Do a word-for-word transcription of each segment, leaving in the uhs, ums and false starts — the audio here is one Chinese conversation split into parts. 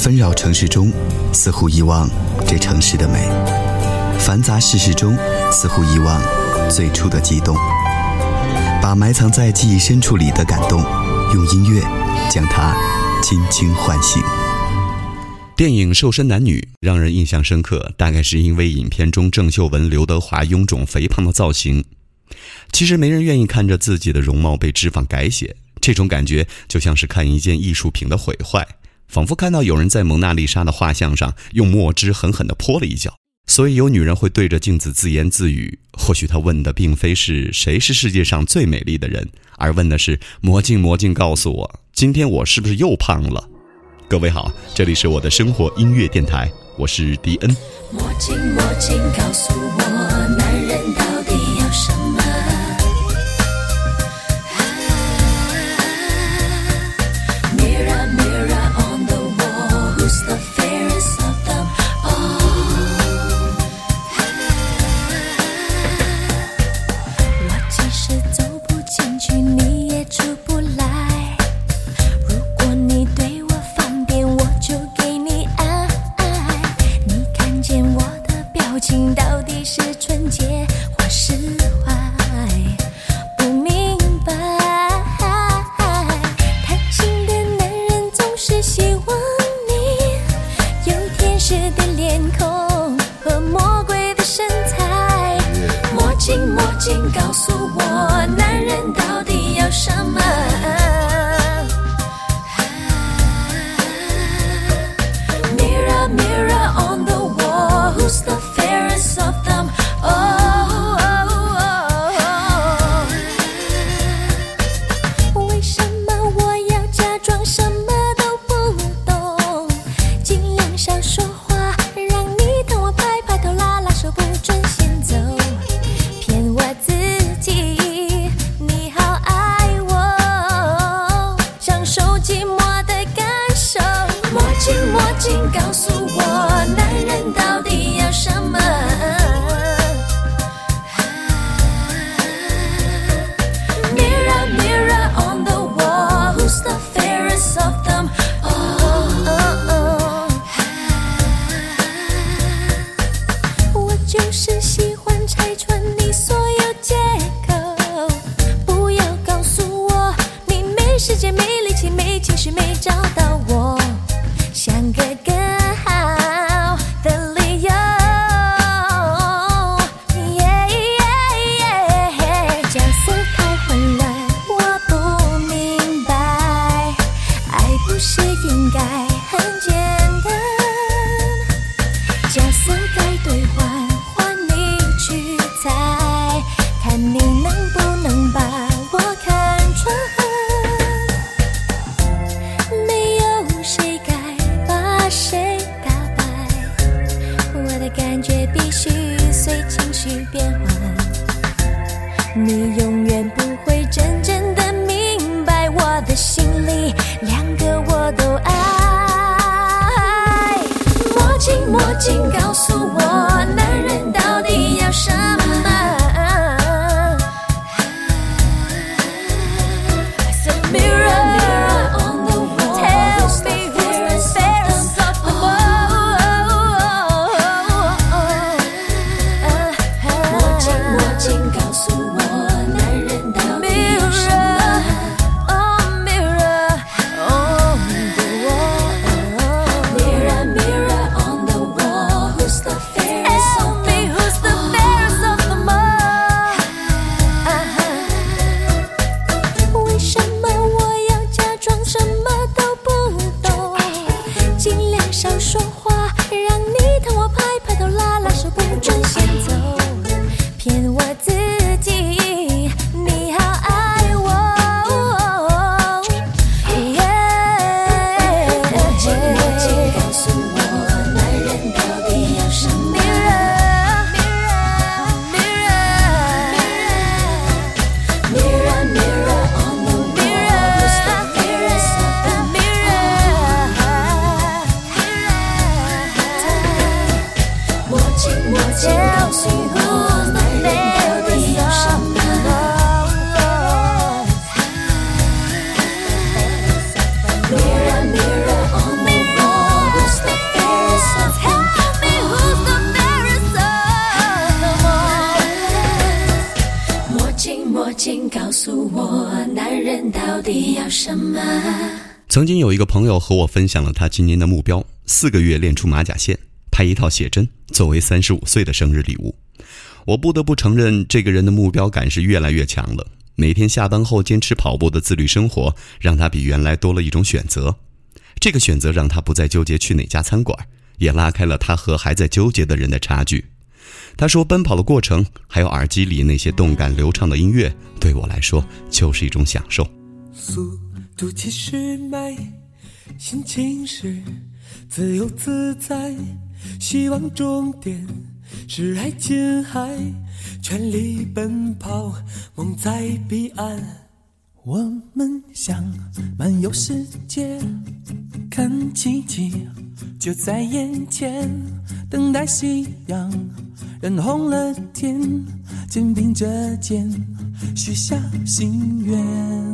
纷扰城市中，似乎遗忘这城市的美；繁杂世事中，似乎遗忘最初的激动。把埋藏在记忆深处里的感动，用音乐将它轻轻唤醒。 电影《瘦身男女》让人印象深刻，大概是因为影片中郑秀文、刘德华臃肿肥胖的造型。其实没人愿意看着自己的容貌被脂肪改写，这种感觉就像是看一件艺术品的毁坏，仿佛看到有人在蒙娜丽莎的画像上用墨汁狠狠地泼了一脚。所以有女人会对着镜子自言自语，或许她问的并非是谁是世界上最美丽的人，而问的是魔镜魔镜告诉我，今天我是不是又胖了。各位好，这里是我的生活音乐电台，我是迪恩。 魔镜魔镜告诉我，男人到底要什么？告诉我，男人到底要什么？ Mirror, mirror on the wall, who's the fairest of them all? Oh, 为什么我要假装什么都不懂？尽量少说话，让你等我拍拍头，拉拉手，不准先走。 魔镜告诉我，男人到底要什么 ？Mirror, mirror on the wall, who's the fairest of them all? Oh, 我就是喜欢拆穿你所有借口，不要告诉我你没时间、没力气、没情绪、没找到我。 像个更好的理由 yeah, yeah, yeah. 角色太混乱，我不明白，爱不是应该很简单，角色该兑换，换你去猜，看你能不能把我看穿。 谁打败我的感觉必须随情绪变换，你永远不会真正的明白我的心里两个我都爱。魔镜魔镜告诉我，男人到底要什么？ Oh 到底要什么？ 曾经有一个朋友和我分享了他今年的目标，四个月练出马甲线，拍一套写真作为三十五岁的生日礼物。我不得不承认，这个人的目标感是越来越强了。每天下班后坚持跑步的自律生活，让他比原来多了一种选择。这个选择让他不再纠结去哪家餐馆，也拉开了他和还在纠结的人的差距。他说，奔跑的过程，还有耳机里那些动感流畅的音乐，对我来说就是一种享受。 速度七十迈，心情是自由自在，希望终点是爱琴海，全力奔跑，梦在彼岸。我们想漫游世界，看奇迹就在眼前，等待夕阳染红了天，肩并着肩许下心愿。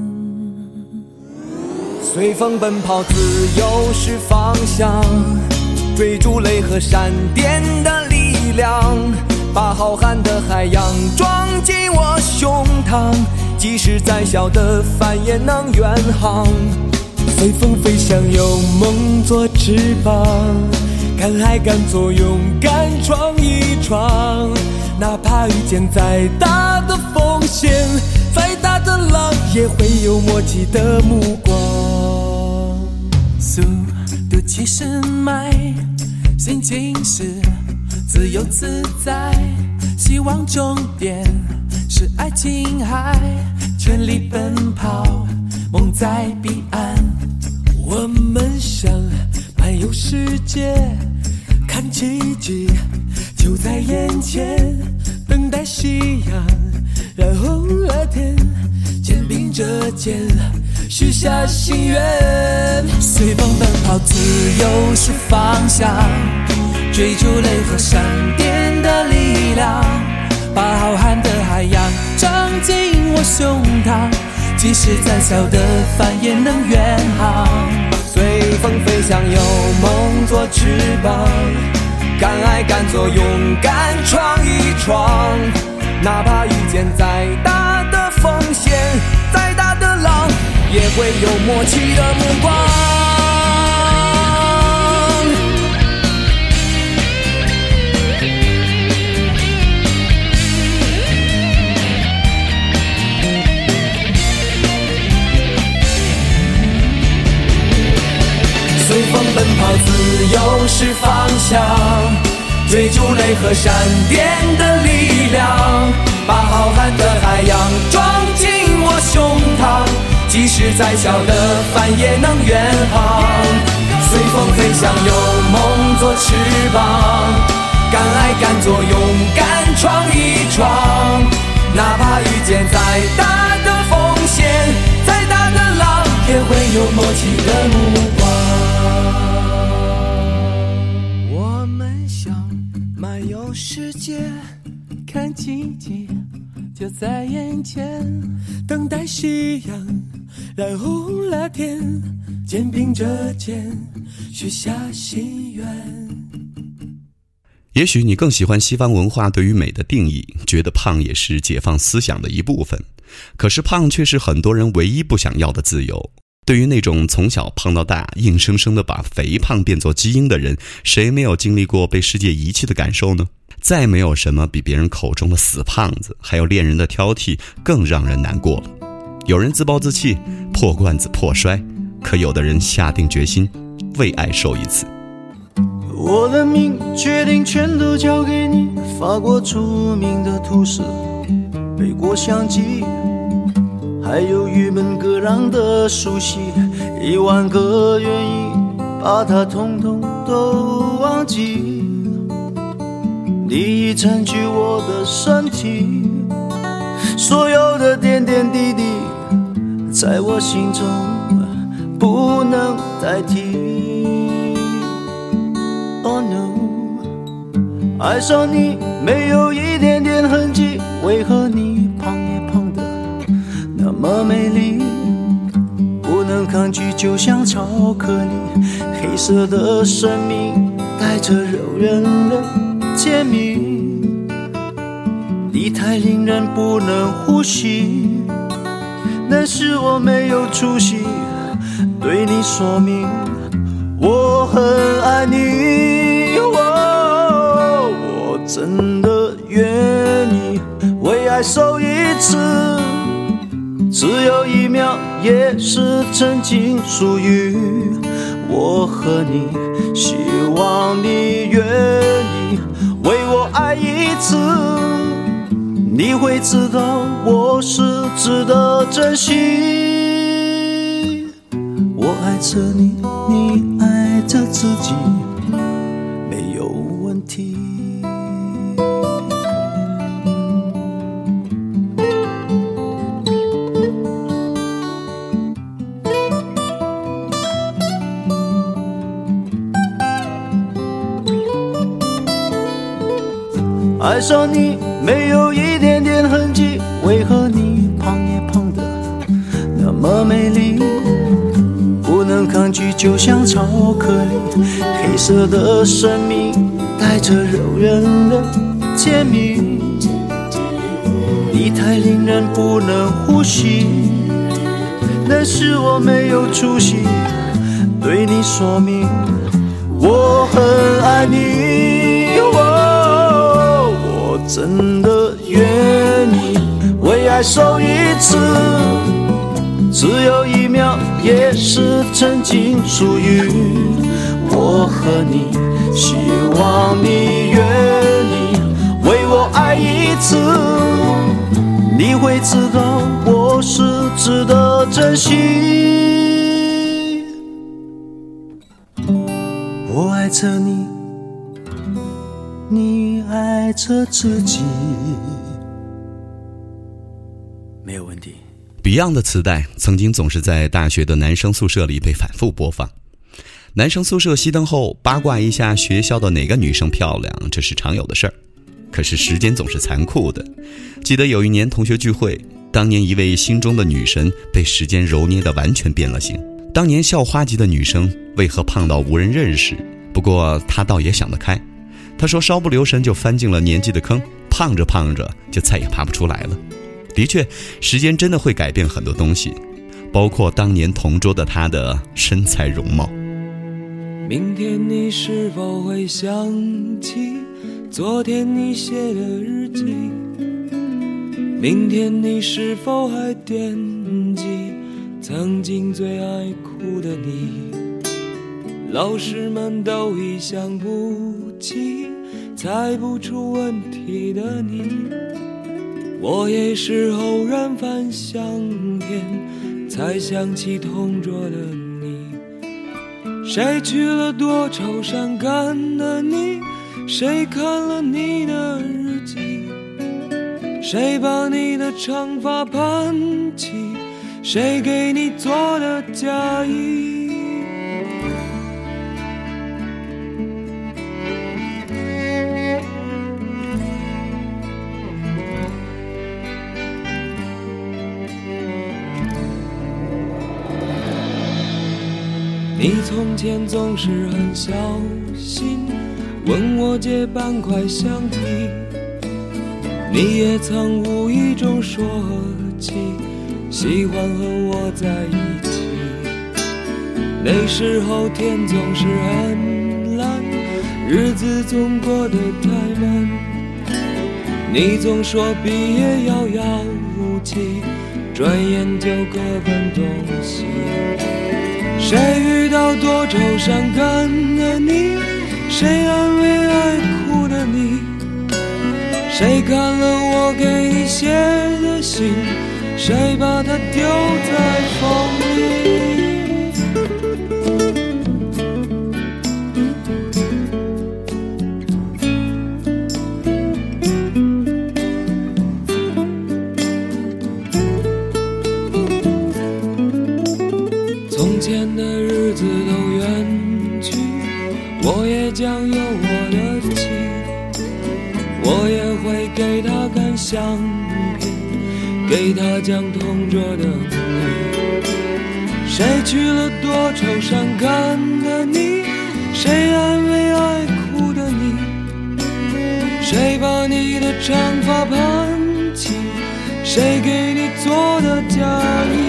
随风奔跑，自由是方向，追逐雷和闪电的力量，把浩瀚的海洋装进我胸膛，即使再小的帆也能远航。随风飞翔，有梦做翅膀，敢爱敢做，勇敢闯一闯，哪怕遇见再大的风险，再大的浪，也会有默契的目光。速度七十迈，心情是自由自在，希望终点是爱琴海，全力奔跑，梦在彼岸。我们想漫游世界，看奇迹就在眼前，等待夕阳染红了天，肩并着肩许下心愿。随风奔跑，自由是方向，追逐雷和闪电的力量，把浩瀚的海洋装进我胸膛，即使再小的帆也能远航。随风飞翔，有梦做翅膀，敢爱敢做，勇敢闯一闯，哪怕遇见再大的风险，再大的浪，也会有默契的目光。随风奔跑，自由是方向，追逐雷和闪电的力量，把浩瀚的海洋装进我胸膛，即使再小的帆也能远航。随风飞翔，有梦做翅膀，敢爱敢做，勇敢闯一闯，哪怕遇见再大的风险，再大的浪，也会有默契的目光。我们想漫游世界，看奇迹就在眼前，等待夕阳染红了天，肩并着肩许下心愿。 也许你更喜欢西方文化对于美的定义，觉得胖也是解放思想的一部分，可是胖却是很多人唯一不想要的自由。对于那种从小胖到大，硬生生地把肥胖变作基因的人，谁没有经历过被世界遗弃的感受呢？再没有什么比别人口中的死胖子，还有恋人的挑剔更让人难过了。有人自暴自弃，破罐子破摔，可有的人下定决心为爱受一次。 我的命决定全都交给你，法国著名的图示，背过相机，还有郁闷歌让的熟悉，一万个愿意把它统统都忘记。你已占据我的身体，所有的点点滴滴在我心中不能代替。 Oh no， 爱上你没有一点点痕迹，为何你胖也胖得那么美丽？不能抗拒，就像巧克力，黑色的生命带着诱人的甜蜜，你太令人不能呼吸， 但是我没有出息，对你说明我很爱你。哦，我真的愿意为爱受一次，只有一秒，也是曾经属于我和你。希望你愿意为我爱一次，你会知道我是值得珍惜。我爱着你，你爱着自己，没有问题。爱上你没有一点点痕迹，为何你胖也胖得那么美丽？不能抗拒，就像巧克力，黑色的生命带着诱人的甜蜜。你太令人不能呼吸，但是我没有出息，对你说明我很爱你。哦，我真的愿意为爱受一次，只有一秒，也是曾经属于我和你。希望你愿意为我爱一次，你会知道我是值得珍惜。我爱着你，你爱着自己，没有问题。 Beyond 的磁带曾经总是在大学的男生宿舍里被反复播放。男生宿舍熄灯后八卦一下学校的哪个女生漂亮，这是常有的事儿。可是时间总是残酷的，记得有一年同学聚会，当年一位心中的女神被时间揉捏得完全变了形。当年校花级的女生为何胖到无人认识？不过她倒也想得开，她说稍不留神就翻进了年纪的坑，胖着胖着就再也爬不出来了。的确，时间真的会改变很多东西，包括当年同桌的她的身材容貌。 明天你是否会想起昨天你写的日记？明天你是否还惦记曾经最爱哭的你？老师们都已想不起猜不出问题的你，我也是偶然翻相片才想起同桌的你。谁去了多愁善感的你？谁看了你的日记？谁把你的长发盘起？谁给你做的嫁衣？你从前总是很小心问我借半块橡皮，你也曾无意中说起喜欢和我在一起。那时候天总是很蓝，日子总过得太慢，你总说毕业遥遥无期，转眼就各奔东西。谁遇到多愁善感的你？谁安慰爱哭的你？谁看了我给你写的信？谁把它丢在风里？从前的日子都远去，我也将有我的妻，我也会给她看相片，给她讲同桌的你。谁去了多愁善感的你？谁安慰爱哭的你？谁把你的长发盘起？谁给你做的嫁衣？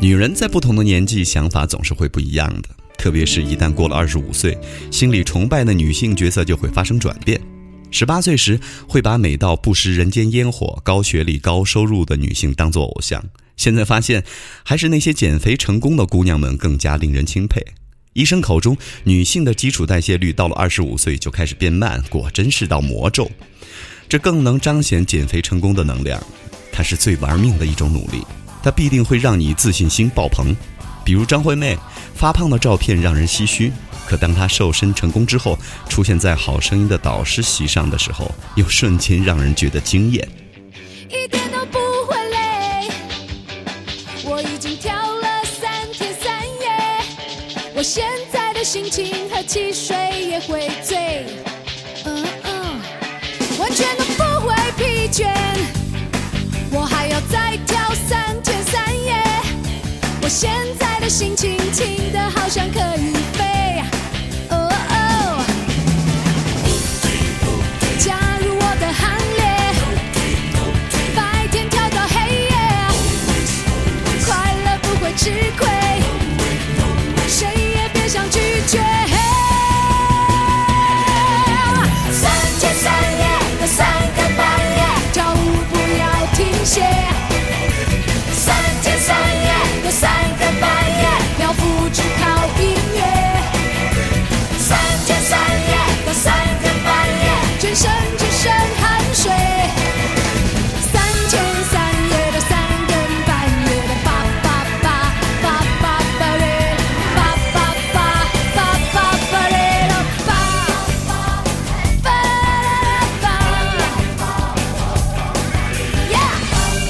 女人在不同的年纪想法总是会不一样的，特别是一旦过了二十五岁，心里崇拜的女性角色就会发生转变。十八岁时会把美到不食人间烟火、高学历高收入的女性当作偶像，现在发现还是那些减肥成功的姑娘们更加令人钦佩。医生口中女性的基础代谢率到了二十五岁就开始变慢，果真是道魔咒。这更能彰显减肥成功的能量，它是最玩命的一种努力，它必定会让你自信心爆棚。比如张惠妹发胖的照片让人唏嘘，可当她瘦身成功之后，出现在好声音的导师席上的时候，又瞬间让人觉得惊艳。 一点都不会累，我已经跳了三天三夜，我现在的心情和汽水也会醉，嗯嗯，完全都不会疲倦，我还要再跳三天三夜，我现在的心情轻得好像可以飞，哦哦，加入我的行列，白天跳到黑夜，快乐不会吃亏，谁也别想拒绝，三天三夜到三更半夜，跳舞不要停歇，三天三夜到三更半夜，漂浮只靠音乐，三天三夜到三更半夜，全身只剩汗水，三天三夜到三更半夜的叭叭叭叭叭叭嘞，叭叭叭叭叭叭嘞了叭叭叭，Yeah，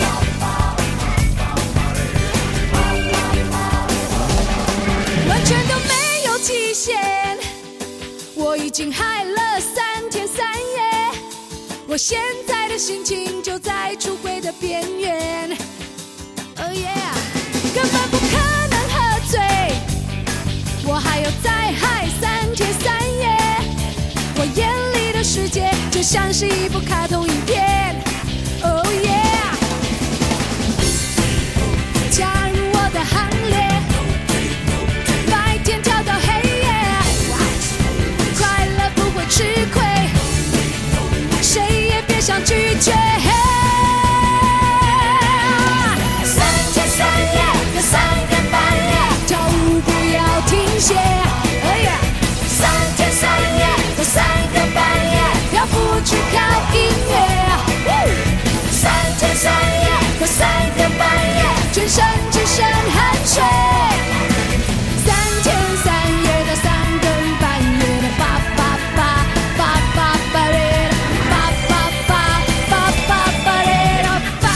完全都没有极限，我已经嗨了三天三夜，我现在的心情就在出轨的边缘， Oh yeah， 根本不可能喝醉，我还要再嗨三天三夜，我眼里的世界就像是一部卡通影片， Oh yeah， 加入我的行列，白天跳到黑夜，快乐不会吃亏，谁也别想拒绝，三天三夜到三更半夜，跳舞不要停歇，哎呀，三天三夜到三更半夜，漂浮只靠音乐，三天三夜到三更半夜，全身只剩汗水，三天三夜到三更半夜的叭叭叭叭叭叭嘞，叭叭叭叭叭叭嘞了叭。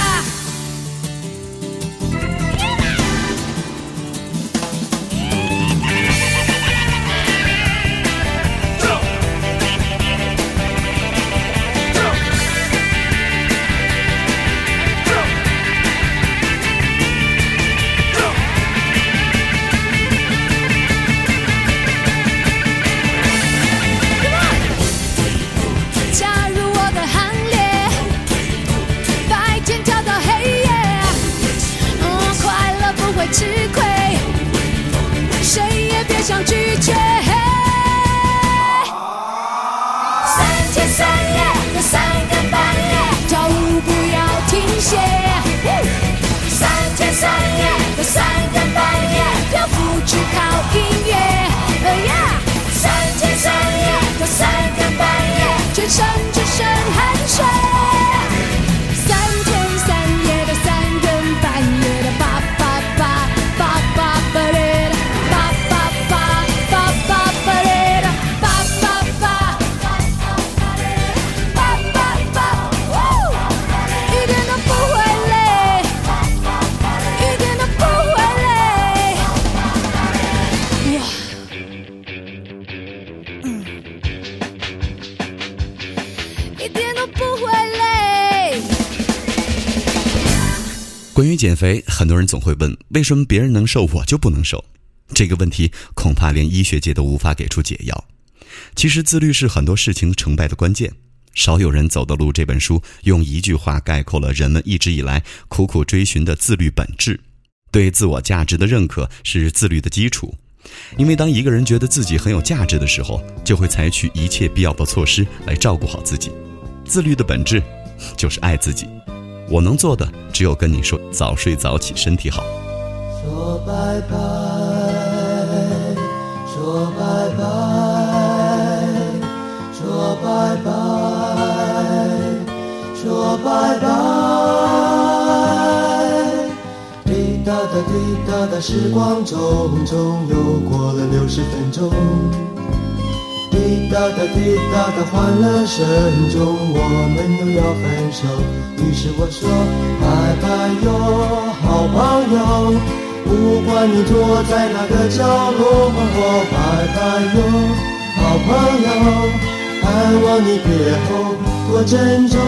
加入我的行列，白天跳到黑夜，嗯，快乐不会吃亏，谁也别想拒绝，三天三夜到三更半夜，跳舞不要停歇，三天三夜到三更半夜，漂浮只靠音乐，哎呀，三天三夜到三更半夜，全身只剩汗水，三天三夜到三更半夜的叭叭叭叭叭叭嘞的叭叭叭叭叭叭嘞的叭叭叭叭叭叭，一点都不会累，一点都不会累，哇，一点都不会累。 关于减肥，很多人总会问，为什么别人能瘦我就不能瘦？这个问题恐怕连医学界都无法给出解药。其实自律是很多事情成败的关键。少有人走的路这本书用一句话概括了人们一直以来苦苦追寻的自律本质。 对自我价值的认可是自律的基础，因为当一个人觉得自己很有价值的时候，就会采取一切必要的措施来照顾好自己。自律的本质就是爱自己。我能做的只有跟你说，早睡早起，身体好。 说拜拜，说拜拜，说拜拜，说拜拜。滴答答滴答答，时光匆匆又过了六十分钟。滴答答滴答答，欢乐声中，我们又要分手。于是我说拜拜哟，好朋友，不管你坐在哪个角落，拜拜哟，好朋友，盼望你别后多珍重。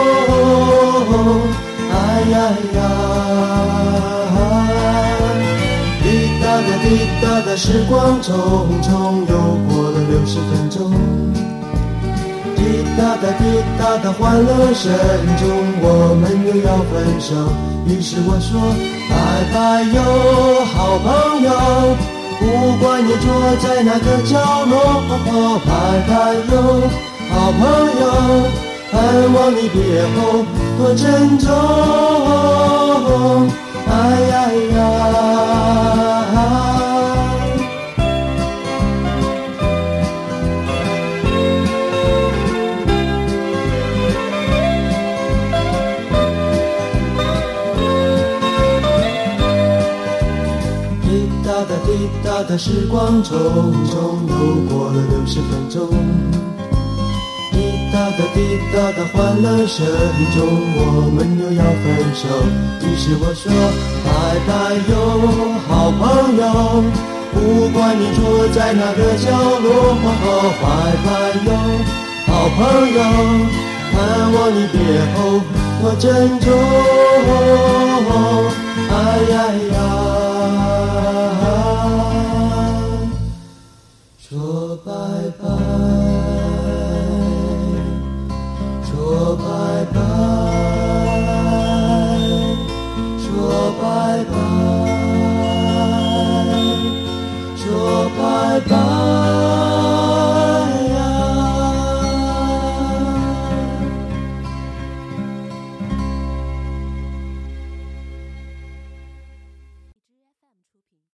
哎呀呀，滴答答滴答答，时光匆匆又过了六十分钟。滴答答滴答答，欢乐声中，我们又要分手。于是我说拜拜哟，好朋友，不管你坐在哪个角落，拜拜哟，好朋友，盼望你别后多珍重。哎呀呀，滴答答，时光匆匆又过了六十分钟。滴答答滴答答，欢乐声中，我们又要分手。于是我说拜拜哟，好朋友，不管你坐在哪个角落，拜拜哟，好朋友，盼望你别后多珍重。哎呀呀。